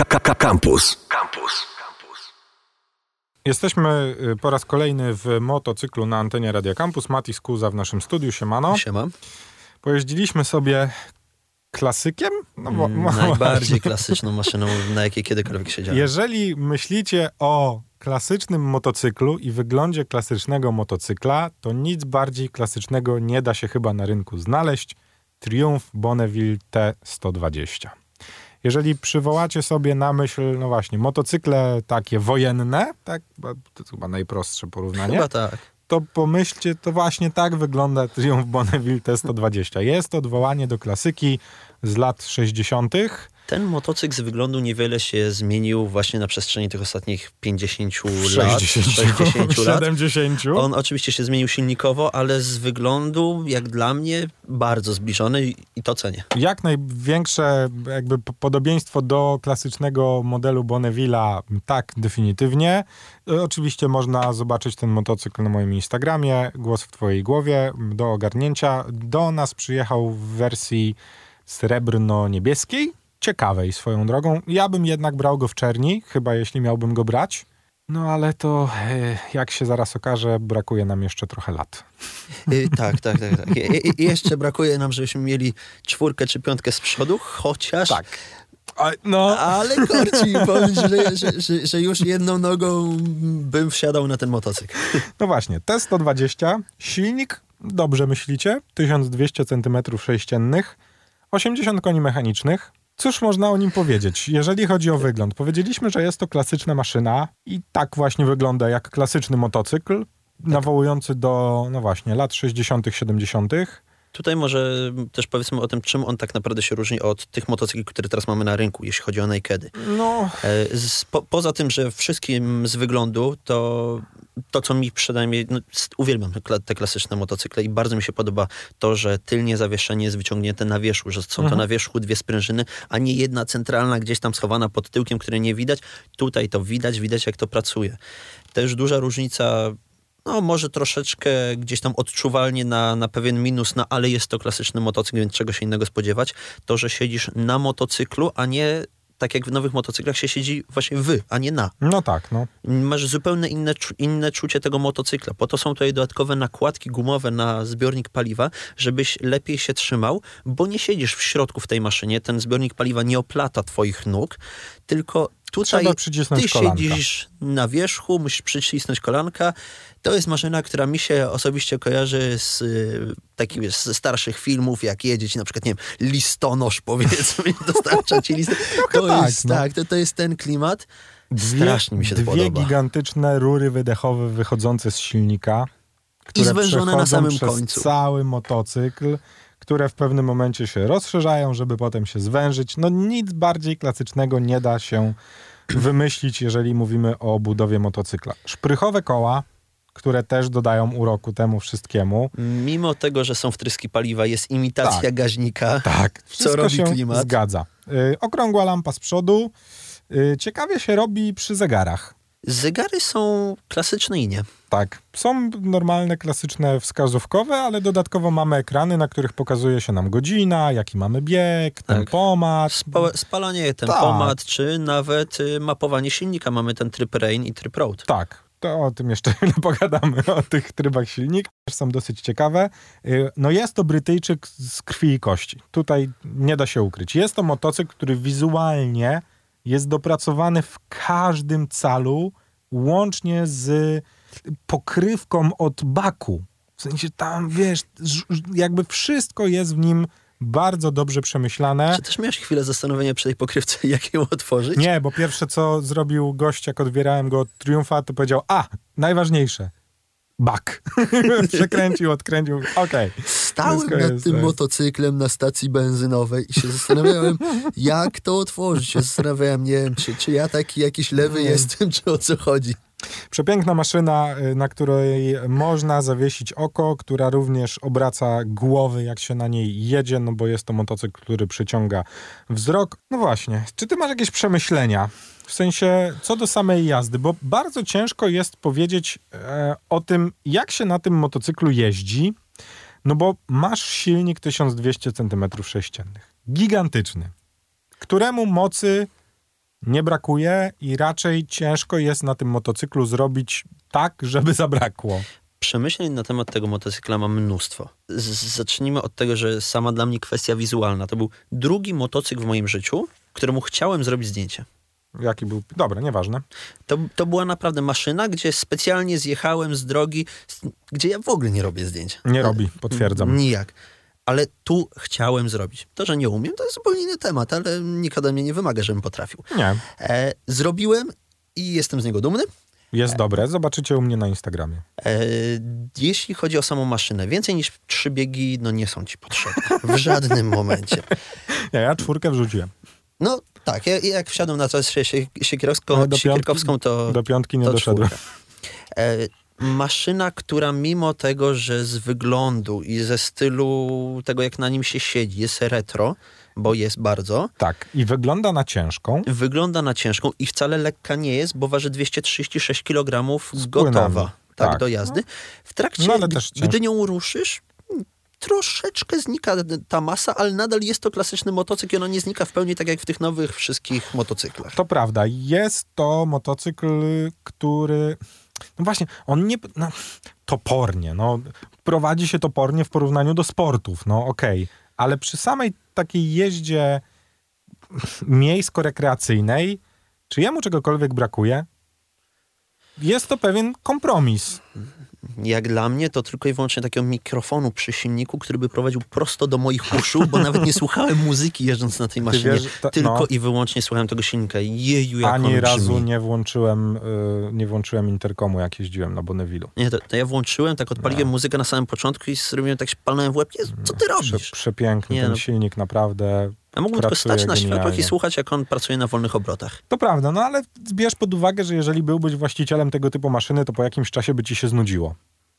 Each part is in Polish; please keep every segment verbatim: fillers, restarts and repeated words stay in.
Campus. Campus. Jesteśmy po raz kolejny w motocyklu na antenie Radia Campus. Mati Skuza w naszym studiu. Siemano. Siema. Pojeździliśmy sobie klasykiem? No, bo, mm, najbardziej klasyczną maszyną, na jakiej kiedykolwiek siedziałem. Jeżeli myślicie o klasycznym motocyklu i wyglądzie klasycznego motocykla, to nic bardziej klasycznego nie da się chyba na rynku znaleźć. Triumph Bonneville T sto dwadzieścia. Jeżeli przywołacie sobie na myśl, no właśnie, motocykle takie wojenne, tak, to chyba najprostsze porównanie, chyba tak, to pomyślcie, to właśnie tak wygląda Triumph Bonneville T sto dwadzieścia. Jest to odwołanie do klasyki z lat sześćdziesiątych. Ten motocykl z wyglądu niewiele się zmienił właśnie na przestrzeni tych ostatnich pięćdziesięciu lat, sześćdziesięciu lat. siedemdziesięciu. On oczywiście się zmienił silnikowo, ale z wyglądu, jak dla mnie, bardzo zbliżony i, i to cenię. Jak największe jakby podobieństwo do klasycznego modelu Bonneville'a, tak, definitywnie. Oczywiście można zobaczyć ten motocykl na moim Instagramie, głos w twojej głowie, do ogarnięcia. Do nas przyjechał w wersji srebrno-niebieskiej, ciekawej swoją drogą. Ja bym jednak brał go w czerni, chyba jeśli miałbym go brać. No ale to, jak się zaraz okaże, brakuje nam jeszcze trochę lat. Yy, tak, tak, tak. tak. I, i jeszcze brakuje nam, żebyśmy mieli czwórkę czy piątkę z przodu, chociaż... Tak. A, no. Ale korci, powiem, że, że, że, że już jedną nogą bym wsiadał na ten motocykl. No właśnie, T sto dwadzieścia, silnik, dobrze myślicie, tysiąc dwieście centymetrów sześciennych, osiemdziesiąt koni mechanicznych. Cóż można o nim powiedzieć, jeżeli chodzi o wygląd? Powiedzieliśmy, że jest to klasyczna maszyna i tak właśnie wygląda jak klasyczny motocykl, nawołujący do, no właśnie, lat sześćdziesiątych, siedemdziesiątych. Tutaj może też powiedzmy o tym, czym on tak naprawdę się różni od tych motocykli, które teraz mamy na rynku, jeśli chodzi o nakedy. No. Z, po, poza tym, że wszystkim z wyglądu, to to, co mi przynajmniej, no, uwielbiam te klasyczne motocykle i bardzo mi się podoba to, że tylnie zawieszenie jest wyciągnięte na wierzchu, że są to mhm. na wierzchu dwie sprężyny, a nie jedna centralna gdzieś tam schowana pod tyłkiem, której nie widać. Tutaj to widać, widać jak to pracuje. Też duża różnica, no może troszeczkę gdzieś tam odczuwalnie na, na pewien minus, no ale jest to klasyczny motocykl, więc czego się innego spodziewać, to, że siedzisz na motocyklu, a nie tak jak w nowych motocyklach się siedzi właśnie wy, a nie na. No tak, no. Masz zupełnie inne, inne czucie tego motocykla. Po to są tutaj dodatkowe nakładki gumowe na zbiornik paliwa, żebyś lepiej się trzymał, bo nie siedzisz w środku w tej maszynie. Ten zbiornik paliwa nie oplata twoich nóg, tylko tutaj ty kolanka. Siedzisz na wierzchu, musisz przycisnąć kolanka. To jest maszyna, która mi się osobiście kojarzy z y, takich ze starszych filmów, jak jedziecie, na przykład, nie wiem, listonosz, powiedzmy, dostarcza ci listy. To tak, jest, no. tak, to, to jest ten klimat. Dwie, Strasznie mi się to dwie podoba. Dwie gigantyczne rury wydechowe wychodzące z silnika, które i zwężone na samym przez końcu. cały motocykl, które w pewnym momencie się rozszerzają, żeby potem się zwężyć. No nic bardziej klasycznego nie da się wymyślić, jeżeli mówimy o budowie motocykla. Szprychowe koła, które też dodają uroku temu wszystkiemu. Mimo tego, że są wtryski paliwa, jest imitacja tak, gaźnika, tak, co robi się klimat. Zgadza. Yy, okrągła lampa z przodu. Yy, ciekawie się robi przy zegarach. Zegary są klasyczne i nie. Tak, są normalne, klasyczne, wskazówkowe, ale dodatkowo mamy ekrany, na których pokazuje się nam godzina, jaki mamy bieg, tak. tempomat. Spa- spalanie, tempomat, tak. czy nawet y, mapowanie silnika. Mamy ten tryb Rain i tryb Road. Tak, to o tym jeszcze pogadamy, o tych trybach silnika. Są dosyć ciekawe. No jest to Brytyjczyk z krwi i kości. Tutaj nie da się ukryć. Jest to motocykl, który wizualnie jest dopracowany w każdym calu, łącznie z pokrywką od baku. W sensie tam, wiesz, jakby wszystko jest w nim bardzo dobrze przemyślane. Czy też miałeś chwilę zastanowienia przy tej pokrywce, jak ją otworzyć? Nie, bo pierwsze co zrobił gość, jak odbierałem go od Triumfa, to powiedział, a, najważniejsze, bak. Przekręcił, odkręcił, okej. Okay. Stałem nad jest, tym jest. motocyklem na stacji benzynowej i się zastanawiałem, jak to otworzyć. Się zastanawiałem, nie wiem, czy, czy ja taki jakiś lewy hmm. jestem, czy o co chodzi. Przepiękna maszyna, na której można zawiesić oko, która również obraca głowy, jak się na niej jedzie, no bo jest to motocykl, który przyciąga wzrok. No właśnie, czy ty masz jakieś przemyślenia? W sensie, co do samej jazdy, bo bardzo ciężko jest powiedzieć e, o tym, jak się na tym motocyklu jeździ, no bo masz silnik tysiąc dwieście centymetrów sześciennych. Gigantyczny, któremu mocy nie brakuje i raczej ciężko jest na tym motocyklu zrobić tak, żeby zabrakło. Przemyśleń na temat tego motocykla mam mnóstwo. Z- zacznijmy od tego, że sama dla mnie kwestia wizualna. To był drugi motocykl w moim życiu, któremu chciałem zrobić zdjęcie. Jaki był? Dobra, nieważne. To, to była naprawdę maszyna, gdzie specjalnie zjechałem z drogi, s- gdzie ja w ogóle nie robię zdjęć. Nie robi, potwierdzam. Nijak. Ale tu chciałem zrobić. To, że nie umiem, to jest zupełnie inny temat, ale nikt ode mnie nie wymaga, żebym potrafił. Nie. E, zrobiłem i jestem z niego dumny. Jest dobre. Zobaczycie u mnie na Instagramie. E, jeśli chodzi o samą maszynę, więcej niż trzy biegi, no nie są ci potrzebne. W żadnym momencie. Ja, ja czwórkę wrzuciłem. No tak, ja, jak wsiadłem na trasę sie- siekierowską, Ale do piątki- siekierkowską, to Do piątki nie to doszedłem. czwórka. E, maszyna, która mimo tego, że z wyglądu i ze stylu tego, jak na nim się siedzi, jest retro, bo jest bardzo, Tak. I wygląda na ciężką. wygląda na ciężką i wcale lekka nie jest, bo waży dwieście trzydzieści sześć kilogramów Z gotowa. płynami. Tak, Tak. do jazdy. W trakcie, No, ale g- też gdy ciężko. nią ruszysz, troszeczkę znika ta masa, ale nadal jest to klasyczny motocykl i ona nie znika w pełni tak jak w tych nowych wszystkich motocyklach. To prawda. Jest to motocykl, który... No właśnie, on nie... No, topornie, no. Prowadzi się topornie w porównaniu do sportów, no okej. Ale przy samej takiej jeździe miejsko-rekreacyjnej, czy jemu czegokolwiek brakuje? Jest to pewien kompromis. Jak dla mnie to tylko i wyłącznie takiego mikrofonu przy silniku, który by prowadził prosto do moich uszu, bo nawet nie słuchałem muzyki jeżdżąc na tej maszynie. wiesz, to- tylko no. i wyłącznie słuchałem tego silnika. Jeju, jak Ani on razu brzmi. nie włączyłem, y, nie włączyłem interkomu, jak jeździłem na Bonnevillu. Nie, to, to ja włączyłem, tak odpaliłem muzykę na samym początku i zrobiłem tak, się palnąłem w łeb. Jezu, co ty Prze, robisz? przepiękny Nie, ten no. silnik, naprawdę. A mógłbym tylko pracuje stać na światłach i genialnie. słuchać, jak on pracuje na wolnych obrotach. To prawda, no ale bierz pod uwagę, że jeżeli byłbyś właścicielem tego typu maszyny, to po jakimś czasie by ci się znudziło.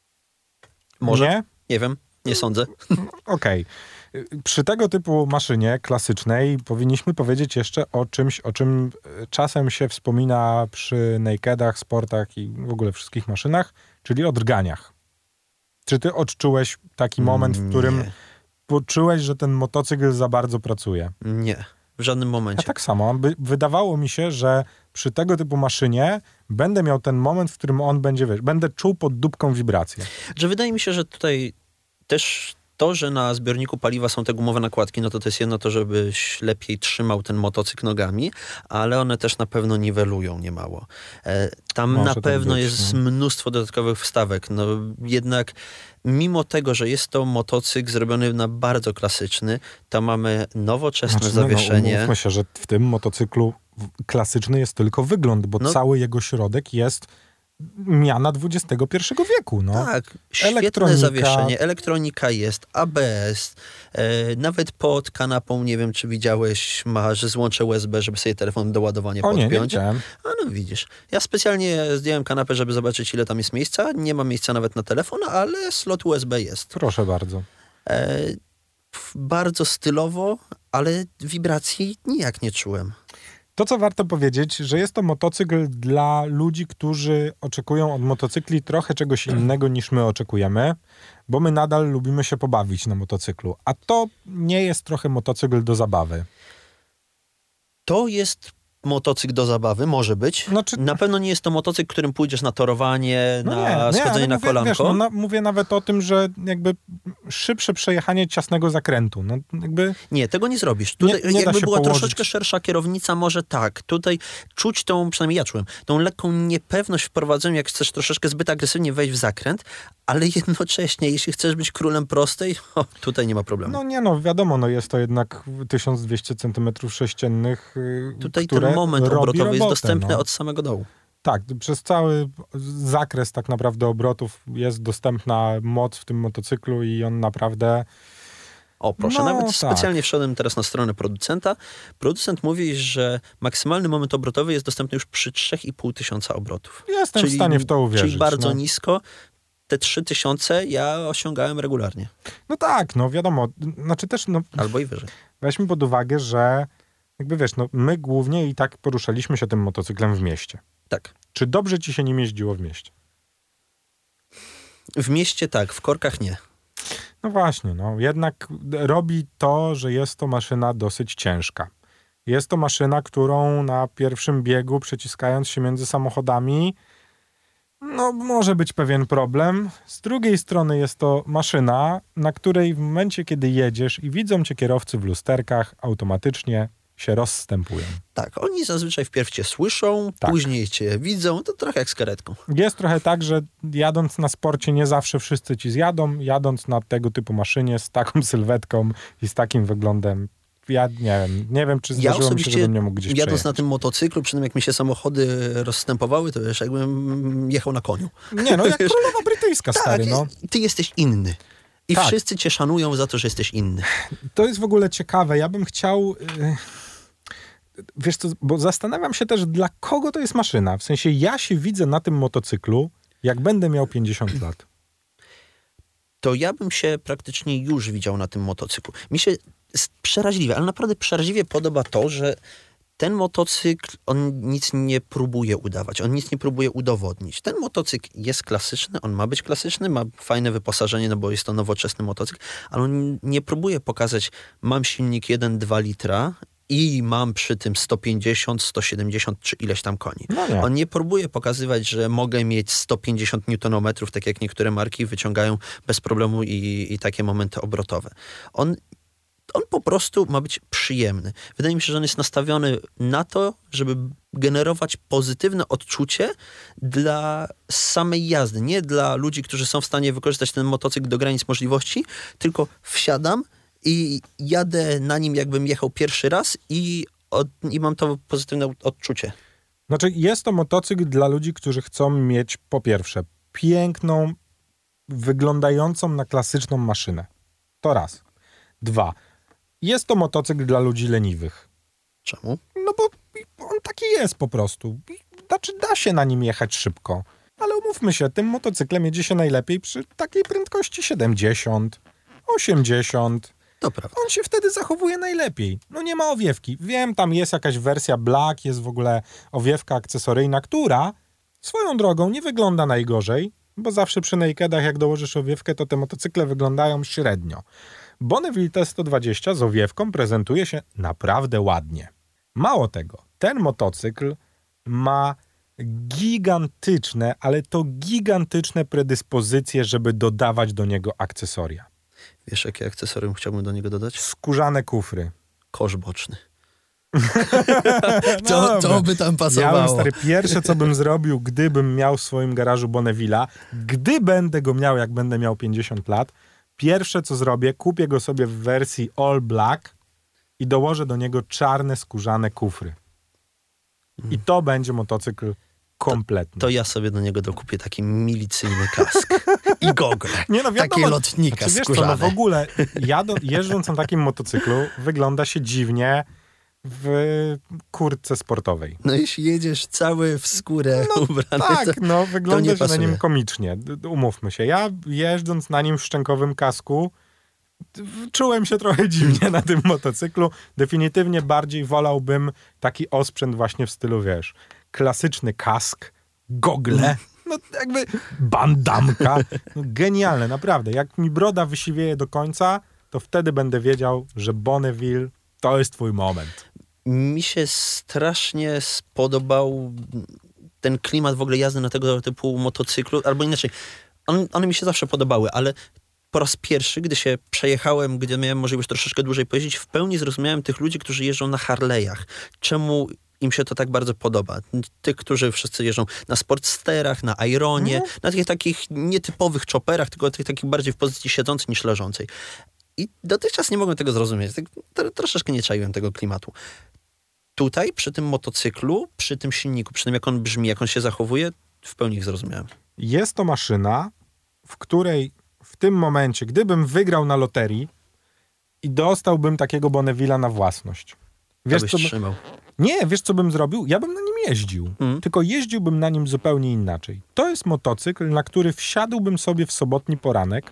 Może? Nie? Nie wiem, nie sądzę. Okej. Y, Przy tego typu maszynie klasycznej powinniśmy powiedzieć jeszcze o czymś, o czym y, czasem się wspomina przy nakedach, sportach i w ogóle wszystkich maszynach, czyli o drganiach. Czy ty odczułeś taki moment, w którym Nie. poczułeś, że ten motocykl za bardzo pracuje? Nie, w żadnym Ja momencie. tak samo. By, wydawało mi się, że przy tego typu maszynie będę miał ten moment, w którym on będzie, wiesz, będę czuł pod dupką wibrację. Że wydaje mi się, że tutaj też to, że na zbiorniku paliwa są te gumowe nakładki, no to to jest jedno to, żebyś lepiej trzymał ten motocykl nogami, ale one też na pewno niwelują niemało. E, tam Może na tak pewno być, jest no. mnóstwo dodatkowych wstawek. No jednak mimo tego, że jest to motocykl zrobiony na bardzo klasyczny, to mamy nowoczesne Znaczy, no, zawieszenie. No, umówmy się, że w tym motocyklu w- klasyczny jest tylko wygląd, bo No. cały jego środek jest miana dwudziestego pierwszego wieku. No. Tak, świetne Elektronika. zawieszenie, elektronika jest, A B S, e, nawet pod kanapą, nie wiem czy widziałeś, masz złącze U S B, żeby sobie telefon do ładowania O nie, nie podpiąć. widziałem. A no widzisz, ja specjalnie zdjąłem kanapę, żeby zobaczyć ile tam jest miejsca, nie ma miejsca nawet na telefon, ale slot U S B jest. Proszę bardzo. E, f- bardzo stylowo, ale wibracji nijak nie czułem. To, co warto powiedzieć, że jest to motocykl dla ludzi, którzy oczekują od motocykli trochę czegoś innego niż my oczekujemy, bo my nadal lubimy się pobawić na motocyklu. A to nie jest trochę motocykl do zabawy. To jest motocykl do zabawy, może być. Znaczy- Na pewno nie jest to motocykl, którym pójdziesz na torowanie, No na nie, nie, schodzenie ale na mówię, kolanko. Wiesz, no, na, mówię nawet o tym, że jakby szybsze przejechanie ciasnego zakrętu. No, jakby Nie, tego nie zrobisz. Tutaj Nie- nie da jakby się była położyć. troszeczkę szersza kierownica, może tak. Tutaj czuć tą, przynajmniej ja czułem, tą lekką niepewność w prowadzeniu, jak chcesz troszeczkę zbyt agresywnie wejść w zakręt, ale jednocześnie, jeśli chcesz być królem prostej, o, tutaj nie ma problemu. no nie no, wiadomo, no jest to jednak tysiąc dwieście centymetrów sześciennych, yy, Tutaj które ten moment robi obrotowy jest robotę, dostępny no. od samego dołu. Tak, przez cały zakres tak naprawdę obrotów jest dostępna moc w tym motocyklu i on naprawdę... O, proszę, No, nawet tak. specjalnie wszedłem teraz na stronę producenta. Producent mówi, że maksymalny moment obrotowy jest dostępny już przy trzy i pół tysiąca obrotów. Jestem w stanie w to uwierzyć. Czyli bardzo no. nisko. Te trzy tysiące ja osiągałem regularnie. No tak, no wiadomo, znaczy też, no Albo i wyżej. weźmy pod uwagę, że jakby wiesz, no my głównie i tak poruszaliśmy się tym motocyklem w mieście. Tak. Czy dobrze ci się nim jeździło w mieście? W mieście tak, w korkach nie. No właśnie, no jednak robi to, że jest to maszyna dosyć ciężka. Jest to maszyna, którą na pierwszym biegu, przeciskając się między samochodami, no może być pewien problem. Z drugiej strony jest to maszyna, na której w momencie, kiedy jedziesz i widzą cię kierowcy w lusterkach, automatycznie się rozstępują. Tak, oni zazwyczaj wpierw cię słyszą, Tak. później cię widzą, to trochę jak z karetką. Jest trochę tak, że jadąc na sporcie nie zawsze wszyscy ci zjadą. Jadąc na tego typu maszynie z taką sylwetką i z takim wyglądem, ja nie wiem, nie wiem, czy zdarzyło mi się, żebym nie mógł gdzieś jadąc przejechać. na tym motocyklu, przy tym jak mi się samochody rozstępowały, to wiesz, jakbym jechał na koniu. Nie, no jak królowa brytyjska, stary, tak, no. ty jesteś inny. I Tak. wszyscy cię szanują za to, że jesteś inny. To jest w ogóle ciekawe. Ja bym chciał... Yy... Wiesz co, bo zastanawiam się też, dla kogo to jest maszyna. W sensie ja się widzę na tym motocyklu, jak będę miał pięćdziesiąt lat. To ja bym się praktycznie już widział na tym motocyklu. Mi się s- przeraźliwie, ale naprawdę przeraźliwie podoba to, że ten motocykl, on nic nie próbuje udawać, on nic nie próbuje udowodnić. Ten motocykl jest klasyczny, on ma być klasyczny, ma fajne wyposażenie, no bo jest to nowoczesny motocykl, ale on nie próbuje pokazać, mam silnik jeden przecinek dwa litra i mam przy tym sto pięćdziesiąt, sto siedemdziesiąt czy ileś tam koni. No nie. On nie próbuje pokazywać, że mogę mieć sto pięćdziesiąt niutonometrów, tak jak niektóre marki wyciągają bez problemu i, i takie momenty obrotowe. On On po prostu ma być przyjemny. Wydaje mi się, że on jest nastawiony na to, żeby generować pozytywne odczucie dla samej jazdy. Nie dla ludzi, którzy są w stanie wykorzystać ten motocykl do granic możliwości, tylko wsiadam i jadę na nim, jakbym jechał pierwszy raz i, od, i mam to pozytywne odczucie. Znaczy jest to motocykl dla ludzi, którzy chcą mieć po pierwsze piękną, wyglądającą na klasyczną maszynę. To raz. Dwa. Jest to motocykl dla ludzi leniwych. Czemu? No bo on taki jest po prostu. Znaczy da się na nim jechać szybko. Ale umówmy się, tym motocyklem jedzie się najlepiej przy takiej prędkości siedemdziesiąt, osiemdziesiąt. To prawda. On się wtedy zachowuje najlepiej. No nie ma owiewki. Wiem, tam jest jakaś wersja Black, jest w ogóle owiewka akcesoryjna, która swoją drogą nie wygląda najgorzej, bo zawsze przy nakedach, jak dołożysz owiewkę, to te motocykle wyglądają średnio. Bonneville T sto dwadzieścia z owiewką prezentuje się naprawdę ładnie. Mało tego, ten motocykl ma gigantyczne, ale to gigantyczne predyspozycje, żeby dodawać do niego akcesoria. Wiesz, jakie akcesorium chciałbym do niego dodać? Skórzane kufry. Kosz boczny. No to, to dobra. by tam Ja bym, pasowało. stary, pierwsze, co bym zrobił, gdybym miał w swoim garażu Bonneville'a, gdy będę go miał, jak będę miał pięćdziesiąt lat, pierwsze, co zrobię, kupię go sobie w wersji all black i dołożę do niego czarne, skórzane kufry. I to będzie motocykl kompletny. To ja sobie do niego dokupię taki milicyjny kask i gogle. Nie no, wiadomo, Takie lotnika znaczy, wiesz co, no skórzane. w ogóle jado, jeżdżąc na takim motocyklu wygląda się dziwnie w kurtce sportowej. No jeśli jedziesz cały w skórę No, ubrany, Tak, to, no to wygląda nie się na pasuje. nim komicznie. D- d- Umówmy się. Ja jeżdżąc na nim w szczękowym kasku d- czułem się trochę dziwnie na tym motocyklu. Definitywnie bardziej wolałbym taki osprzęt właśnie w stylu, wiesz, klasyczny kask, gogle, no jakby bandamka. No, genialne, naprawdę. Jak mi broda wysiwieje do końca, to wtedy będę wiedział, że Bonneville to jest twój moment. Mi się strasznie spodobał ten klimat w ogóle jazdy na tego typu motocyklu, albo inaczej, on, one mi się zawsze podobały, ale po raz pierwszy, gdy się przejechałem, gdzie miałem możliwość troszeczkę dłużej pojeździć, w pełni zrozumiałem tych ludzi, którzy jeżdżą na Harley'ach. Czemu im się to tak bardzo podoba. Tych, którzy wszyscy jeżdżą na sportsterach, na Ironie, No. na tych takich nietypowych chopperach, tylko tych takich bardziej w pozycji siedzącej niż leżącej. I dotychczas nie mogłem tego zrozumieć. Tak, tro, troszeczkę nie czaiłem tego klimatu. Tutaj, przy tym motocyklu, przy tym silniku, przy tym jak on brzmi, jak on się zachowuje, w pełni ich zrozumiałem. Jest to maszyna, w której w tym momencie, gdybym wygrał na loterii i dostałbym takiego Bonneville'a na własność. Wiesz, Wiesz, byś co by... trzymał. Nie, wiesz co bym zrobił? Ja bym na nim jeździł. Mm. Tylko jeździłbym na nim zupełnie inaczej. To jest motocykl, na który wsiadłbym sobie w sobotni poranek,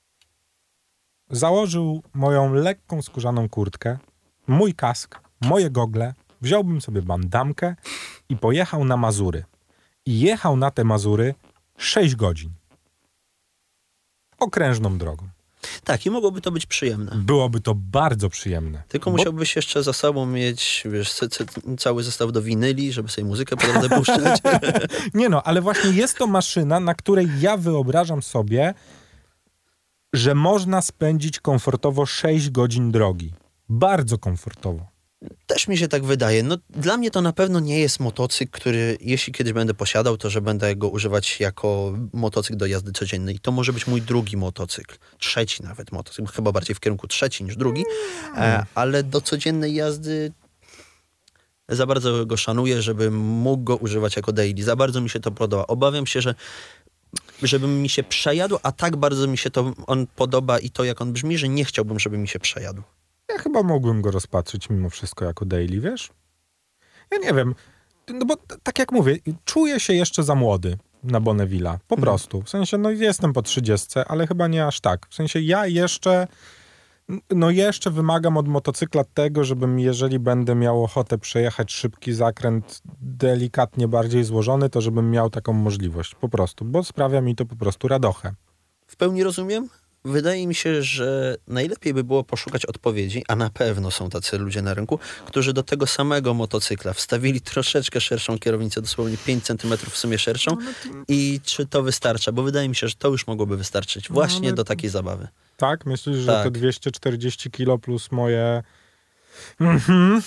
założył moją lekką skórzaną kurtkę, mój kask, moje gogle, wziąłbym sobie bandamkę i pojechał na Mazury. I jechał na te Mazury sześć godzin. Okrężną drogą. Tak, i mogłoby to być przyjemne. Byłoby to bardzo przyjemne. Tylko Bo- musiałbyś jeszcze za sobą mieć, wiesz, c- c- cały zestaw do winyli, żeby sobie muzykę po drodze puszczać. Nie no, ale właśnie jest to maszyna, na której ja wyobrażam sobie, że można spędzić komfortowo sześć godzin drogi. Bardzo komfortowo. Też mi się tak wydaje. No, dla mnie to na pewno nie jest motocykl, który jeśli kiedyś będę posiadał, to że będę go używać jako motocykl do jazdy codziennej. To może być mój drugi motocykl. Trzeci nawet motocykl. Chyba bardziej w kierunku trzeci niż drugi. E, ale do codziennej jazdy za bardzo go szanuję, żebym mógł go używać jako daily. Za bardzo mi się to podoba. Obawiam się, że żebym mi się przejadł, a tak bardzo mi się to on podoba i to, jak on brzmi, że nie chciałbym, żeby mi się przejadł. Ja chyba mógłbym go rozpatrzyć mimo wszystko jako daily, wiesz? Ja nie wiem, no bo t- tak jak mówię, czuję się jeszcze za młody na Bonneville'a, po Mhm. prostu. W sensie, no jestem po trzydziestce, ale chyba nie aż tak. W sensie ja jeszcze, no jeszcze wymagam od motocykla tego, żebym, jeżeli będę miał ochotę przejechać szybki zakręt delikatnie bardziej złożony, to żebym miał taką możliwość, po prostu, bo sprawia mi to po prostu radochę. W pełni rozumiem. Wydaje mi się, że najlepiej by było poszukać odpowiedzi, a na pewno są tacy ludzie na rynku, którzy do tego samego motocykla wstawili troszeczkę szerszą kierownicę, dosłownie pięć centymetrów w sumie szerszą. I czy to wystarcza? Bo wydaje mi się, że to już mogłoby wystarczyć właśnie ale- do takiej zabawy. Tak? Myślisz, że Tak. te dwieście czterdzieści kilo plus moje... Mhm.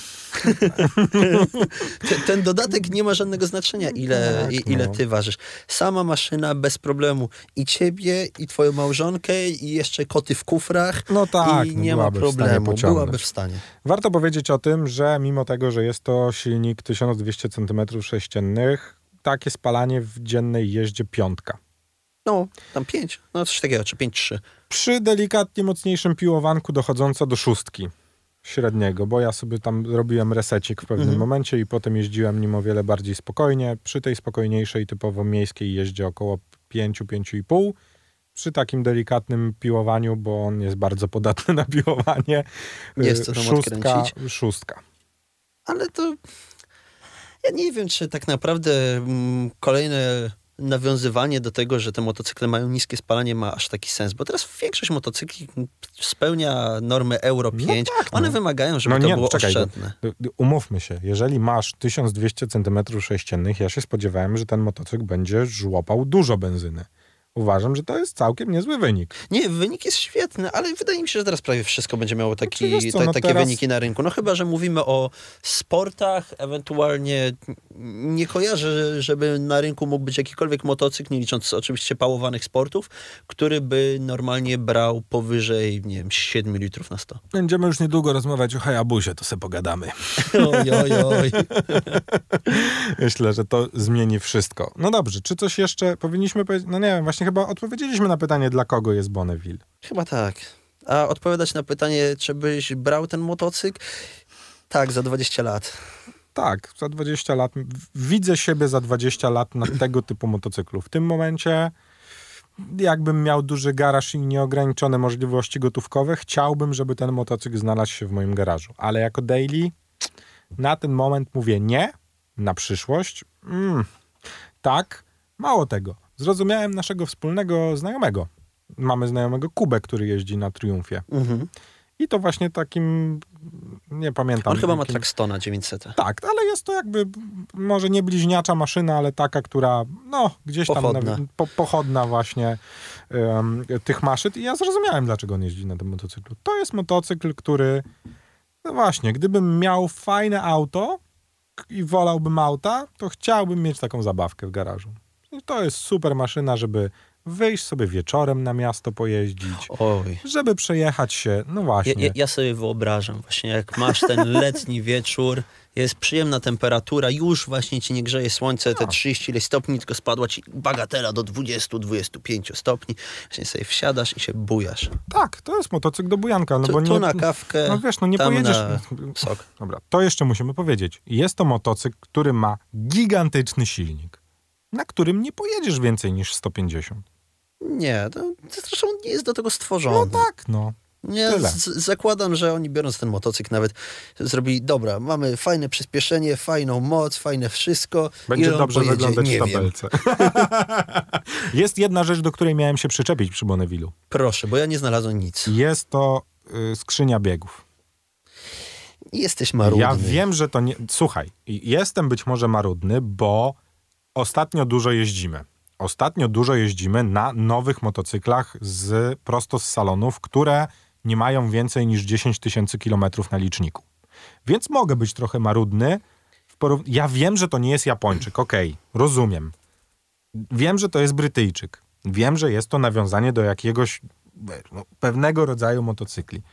Ten, ten dodatek nie ma żadnego znaczenia, ile, Tak, i, ile no. ty ważysz. Sama maszyna bez problemu. I ciebie, i twoją małżonkę, i jeszcze koty w kufrach. No tak, I no nie ma byłaby w stanie problemu. pociągnąć. Byłaby w stanie. Warto powiedzieć o tym, że mimo tego, że jest to silnik tysiąc dwieście centymetrów sześciennych, takie spalanie w dziennej jeździe piątka. No, tam pięć. No coś takiego, czy pięć trzy. Przy delikatnie mocniejszym piłowanku dochodząca do szóstki średniego, bo ja sobie tam robiłem resecik w pewnym Mhm. momencie i potem jeździłem nim o wiele bardziej spokojnie. Przy tej spokojniejszej, typowo miejskiej jeździe około pięć do pięciu i pół. Przy takim delikatnym piłowaniu, bo on jest bardzo podatny na piłowanie. Jest co tam szóstka, odkręcić. szóstka. Ale to... Ja nie wiem, czy tak naprawdę mm, kolejne nawiązywanie do tego, że te motocykle mają niskie spalanie, ma aż taki sens. Bo teraz większość motocykli spełnia normy Euro pięć. tak, no. One wymagają, żeby No to nie, było czekaj, oszczędne. D- d- Umówmy się, jeżeli masz tysiąc dwieście centymetrów sześciennych, ja się spodziewałem, że ten motocykl będzie żłopał dużo benzyny. Uważam, że to jest całkiem niezły wynik. Nie, wynik jest świetny, ale wydaje mi się, że teraz prawie wszystko będzie miało taki, Znaczy, wiesz co, ta, no takie teraz- wyniki na rynku. No chyba, że mówimy o sportach, ewentualnie nie kojarzę, żeby na rynku mógł być jakikolwiek motocykl, nie licząc oczywiście pałowanych sportów, który by normalnie brał powyżej, nie wiem, siedem litrów na sto. Będziemy już niedługo rozmawiać o Hayabusie, to sobie pogadamy. Oj, oj, oj. Myślę, że to zmieni wszystko. No dobrze, czy coś jeszcze powinniśmy powiedzieć? No nie wiem, właśnie chyba odpowiedzieliśmy na pytanie, dla kogo jest Bonneville. Chyba tak. A odpowiadać na pytanie, czy byś brał ten motocykl? Tak, za dwadzieścia lat. Tak, za dwadzieścia lat. w- Widzę siebie za dwadzieścia lat na tego typu motocyklu. W tym momencie, jakbym miał duży garaż i nieograniczone możliwości gotówkowe, chciałbym, żeby ten motocykl znalazł się w moim garażu. Ale jako daily, na ten moment mówię nie, na przyszłość. Mm, tak, mało tego. Zrozumiałem naszego wspólnego znajomego. Mamy znajomego Kubę, który jeździ na Triumfie. Mhm. I to właśnie takim, nie pamiętam. On chyba ma jakim- Traxtona dziewięćset. Tak, ale jest to jakby może nie bliźniacza maszyna, ale taka, która no gdzieś tam Pochodna. Na, po, pochodna właśnie em, tych maszyn. I ja zrozumiałem, dlaczego on jeździ na tym motocyklu. To jest motocykl, który no właśnie, gdybym miał fajne auto k- i wolałbym auta, to chciałbym mieć taką zabawkę w garażu. I to jest super maszyna, żeby wyjść sobie wieczorem na miasto pojeździć, Oj. żeby przejechać się, no Ja, właśnie. ja, ja sobie wyobrażam właśnie, jak masz ten letni wieczór, jest przyjemna temperatura, już właśnie ci nie grzeje słońce, te No. trzydzieści ileś stopni, tylko spadła ci bagatela do dwudziestu do dwudziestu pięciu stopni. Właśnie sobie wsiadasz i się bujasz. Tak, to jest motocykl do bujanka. No Tu, bo nie, tu na kawkę, no wiesz, no nie tam pojedziesz. na sok. Dobra, to jeszcze musimy powiedzieć. Jest to motocykl, który ma gigantyczny silnik, na którym nie pojedziesz więcej niż sto pięćdziesiąt. Nie, to, to zresztą nie jest do tego stworzony. No tak, no. Ja Tyle. z- zakładam, że oni biorąc ten motocykl nawet zrobili, dobra, mamy fajne przyspieszenie, fajną moc, fajne wszystko. Będzie Ile on dobrze pojedzie? wyglądać Nie w wiem. tabelce. Jest jedna rzecz, do której miałem się przyczepić przy Bonnevillu. Proszę, bo ja nie znalazłem nic. Jest to y, skrzynia biegów. Jesteś marudny. Ja wiem, że to nie... Słuchaj, jestem być może marudny, bo ostatnio dużo jeździmy. Ostatnio dużo jeździmy na nowych motocyklach z, prosto z salonów, które nie mają więcej niż dziesięć tysięcy kilometrów na liczniku. Więc mogę być trochę marudny. W porów... Ja wiem, że to nie jest Japończyk, okej, rozumiem. Wiem, że to jest Brytyjczyk. Wiem, że jest to nawiązanie do jakiegoś no, pewnego rodzaju motocykli.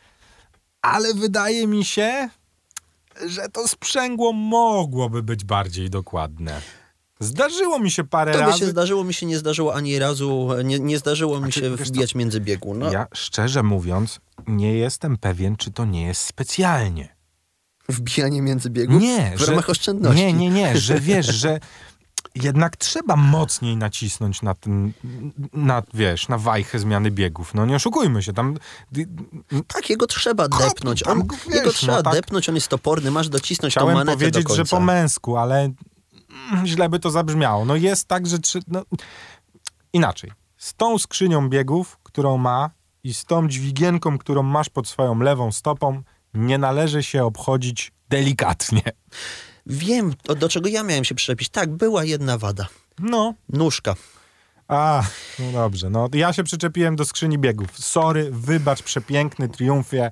Ale wydaje mi się, że to sprzęgło mogłoby być bardziej dokładne. Zdarzyło mi się parę To by razy. się zdarzyło, mi się nie zdarzyło ani razu, nie, nie zdarzyło mi ty, się wiesz wbijać między biegu. No, Ja szczerze mówiąc, nie jestem pewien, czy to nie jest specjalnie. Wbijanie między biegów? Nie, W że, ramach oszczędności. Nie, nie, nie, że wiesz, że jednak trzeba mocniej nacisnąć na ten, na, wiesz, na wajchę zmiany biegów. No nie oszukujmy się, tam... Tak, jego trzeba Kopnij depnąć. tam, On, wiesz, jego trzeba no tak. depnąć, on jest toporny, masz docisnąć tą Chciałem manetę do powiedzieć, końca. że po męsku, ale mm, źle by to zabrzmiało. No jest tak, że... Trzy, no, inaczej. Z tą skrzynią biegów, którą ma i z tą dźwigienką, którą masz pod swoją lewą stopą, nie należy się obchodzić delikatnie. Wiem, do, do czego ja miałem się przyczepić. Tak, była jedna wada. No. Nóżka. A, no dobrze. No, ja się przyczepiłem do skrzyni biegów. Sorry, wybacz, przepiękny Triumfie.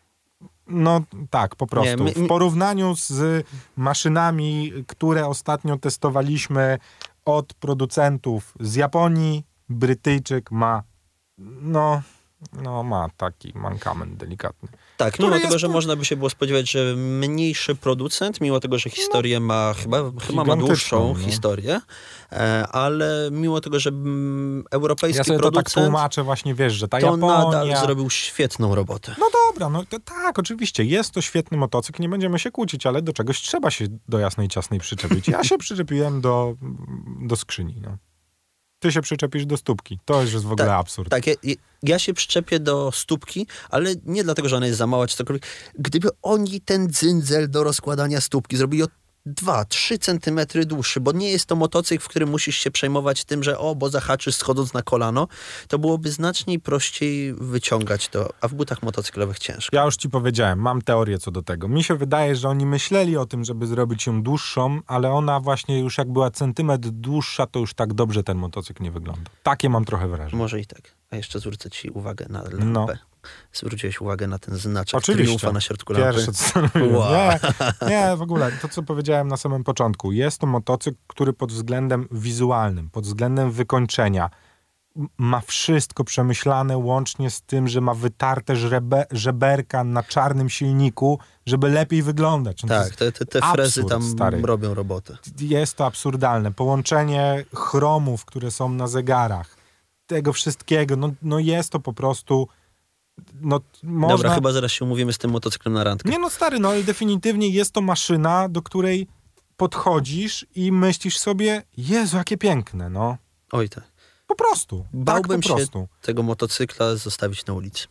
No tak, po prostu. Nie, my- W porównaniu z maszynami, które ostatnio testowaliśmy od producentów z Japonii, Brytyjczyk ma, no, no ma taki mankament delikatny. Tak, Który mimo jest tego, że po- można by się było spodziewać, że mniejszy producent, mimo tego, że historię ma, chyba, chyba ma gigantyczną, dłuższą no. historię, e, ale mimo tego, że mm, europejski Ja sobie to tak producent, tłumaczę właśnie, wiesz, że ta to Japonia... nadal zrobił świetną robotę. No dobra, no to tak, oczywiście, jest to świetny motocykl, nie będziemy się kłócić, ale do czegoś trzeba się do jasnej ciasnej przyczepić. Ja się przyczepiłem do, do skrzyni, no. Ty się przyczepisz do stópki. To już jest w ogóle Tak, absurd. Tak, ja, ja się przyczepię do stópki, ale nie dlatego, że ona jest za mała czy cokolwiek. Gdyby oni ten dzyndzel do rozkładania stópki zrobili o dwa trzy centymetry dłuższy, bo nie jest to motocykl, w którym musisz się przejmować tym, że o, bo zahaczysz schodząc na kolano, to byłoby znacznie prościej wyciągać to, a w butach motocyklowych ciężko. Ja już ci powiedziałem, mam teorię co do tego. Mi się wydaje, że oni myśleli o tym, żeby zrobić ją dłuższą, ale ona właśnie już jak była centymetr dłuższa, to już tak dobrze ten motocykl nie wygląda. Takie mam trochę wrażenie. Może i tak. A jeszcze zwrócę ci uwagę na lampę. No. Zwróciłeś uwagę na ten znaczek Oczywiście. Triumfa na środku lampy. Pierwsze co robiłem. Wow. Nie, nie, w ogóle to, co powiedziałem na samym początku. Jest to motocykl, który pod względem wizualnym, pod względem wykończenia m- ma wszystko przemyślane, łącznie z tym, że ma wytarte żrebe, żeberka na czarnym silniku, żeby lepiej wyglądać. No to Tak, jest, te, te, te absurd, frezy tam stary. robią robotę. jest to absurdalne. Połączenie chromów, które są na zegarach, tego wszystkiego, no, no jest to po prostu... No, można... Dobra, chyba zaraz się umówimy z tym motocyklem na randkę. Nie no stary, no ale definitywnie jest to maszyna, do której podchodzisz i myślisz sobie, Jezu, jakie piękne, no. Oj tak. Po prostu. Bałbym tak po się prostu. tego motocykla zostawić na ulicy.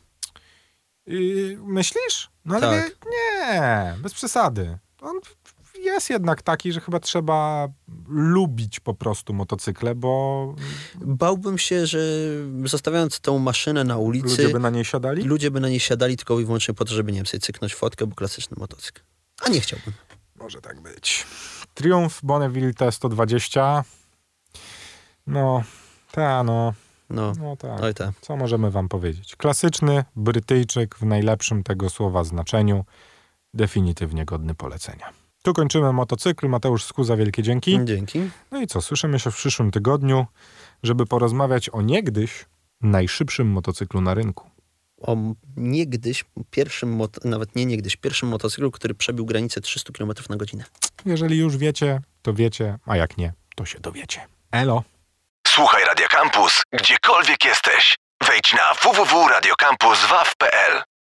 Yy, myślisz? No ale Tak. nie, bez przesady. On jest jednak taki, że chyba trzeba lubić po prostu motocykle, bo Bałbym się, że zostawiając tą maszynę na ulicy, ludzie by na niej siadali. ludzie by na niej siadali tylko i wyłącznie po to, żeby, nie wiem, sobie cyknąć fotkę, bo klasyczny motocykl. A nie chciałbym. Może tak być. Triumph Bonneville T sto dwadzieścia. No, ta no, No, no tak. oj tak. Co możemy wam powiedzieć? Klasyczny Brytyjczyk w najlepszym tego słowa znaczeniu. Definitywnie godny polecenia. Tu kończymy motocykl. Mateusz Skuza, wielkie dzięki. Dzięki. No i co? Słyszymy się w przyszłym tygodniu, żeby porozmawiać o niegdyś najszybszym motocyklu na rynku. O niegdyś pierwszym, mot- nawet nie niegdyś, pierwszym motocyklu, który przebił granicę trzysta kilometrów na godzinę. Jeżeli już wiecie, to wiecie, a jak nie, to się dowiecie. Elo! Słuchaj Radio Campus, gdziekolwiek jesteś. Wejdź na w w w kropka radio campus waw kropka p l.